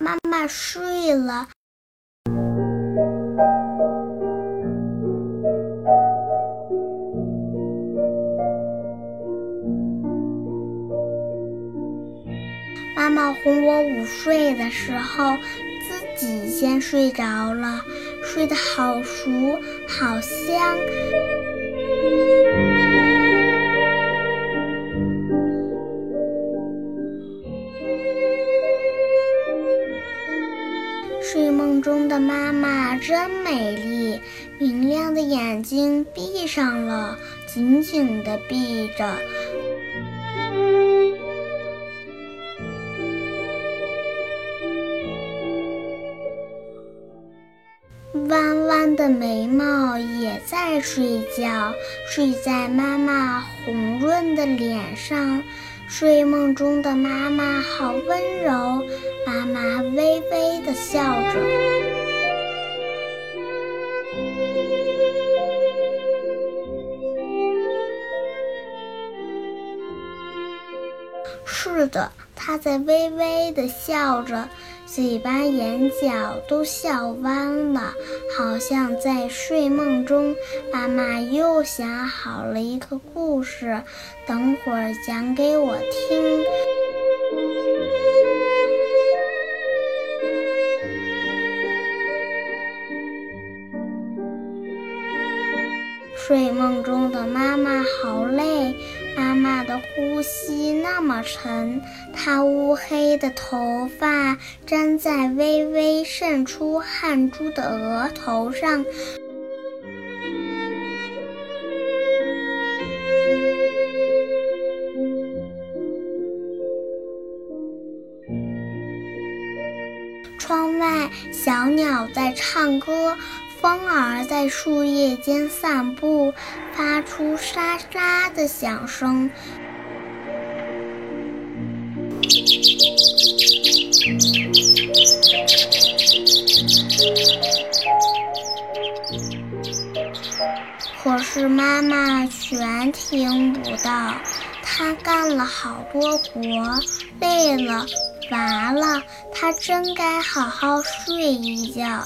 妈妈睡了。妈妈哄我午睡的时候，自己先睡着了，睡得好熟好香。睡梦中的妈妈真美丽，明亮的眼睛闭上了，紧紧地闭着。弯弯的眉毛也在睡觉，睡在妈妈红润的脸上。睡梦中的妈妈好温柔，妈妈微微地笑着。是的，她在微微地笑着，嘴巴眼角都笑弯了，好像在睡梦中，妈妈又想好了一个故事，等会儿讲给我听。睡梦中的妈妈好累，妈妈的呼吸那么沉，她乌黑的头发粘在微微渗出汗珠的额头上。窗外小鸟在唱歌，风儿在树叶间散步，发出沙沙的响声。可是妈妈全听不到，她干了好多活，累了乏了，她真该好好睡一觉。